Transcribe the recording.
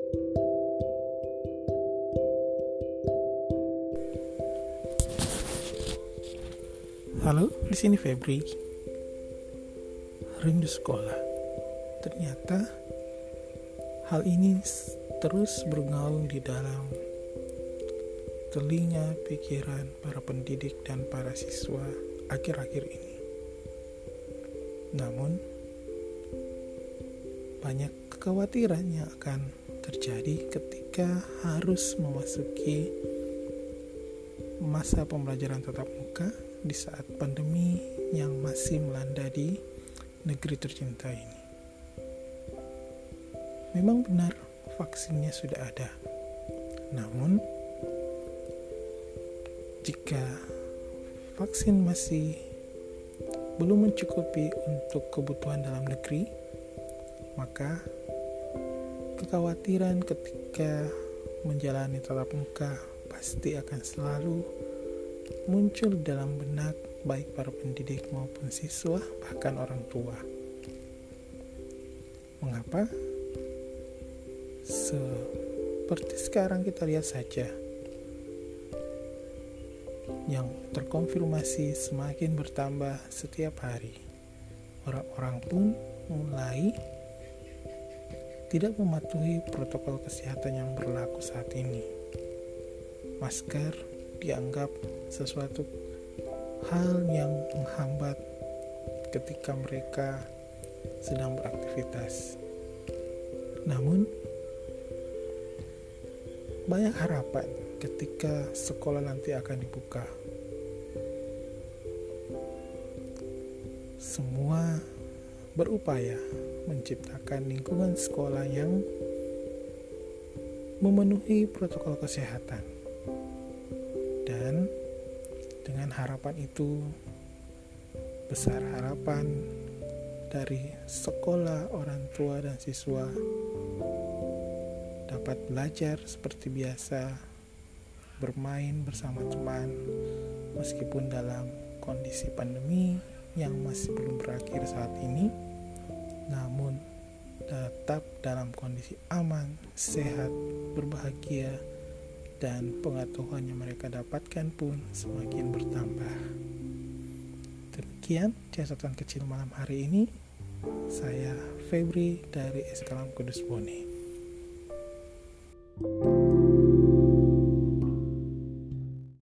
Halo, di sini Febri. Rindu sekolah. Ternyata hal ini terus bergaung di dalam telinga pikiran para pendidik dan para siswa akhir-akhir ini. Namun, banyak kekhawatiran yang akan terjadi ketika harus memasuki masa pembelajaran tatap muka di saat pandemi yang masih melanda di negeri tercinta ini. Memang benar vaksinnya sudah ada. Namun, jika vaksin masih belum mencukupi untuk kebutuhan dalam negeri, maka kekhawatiran ketika menjalani tatap muka pasti akan selalu muncul dalam benak baik para pendidik maupun siswa, bahkan orang tua. Mengapa? Seperti sekarang kita lihat saja, yang terkonfirmasi semakin bertambah setiap hari. Orang-orang pun mulai tidak mematuhi protokol kesehatan yang berlaku saat ini. Masker dianggap sesuatu hal yang menghambat ketika mereka sedang beraktivitas. Namun, banyak harapan ketika sekolah nanti akan dibuka. Semua berupaya menciptakan lingkungan sekolah yang memenuhi protokol kesehatan. Dan dengan harapan itu, besar harapan dari sekolah, orang tua, dan siswa dapat belajar seperti biasa, bermain bersama teman, meskipun dalam kondisi pandemi yang masih belum berakhir saat ini, namun tetap dalam kondisi aman, sehat, berbahagia, dan pengetahuan yang mereka dapatkan pun semakin bertambah. Demikian catatan kecil malam hari ini. Saya Febri dari Sekolah Kudus Bone.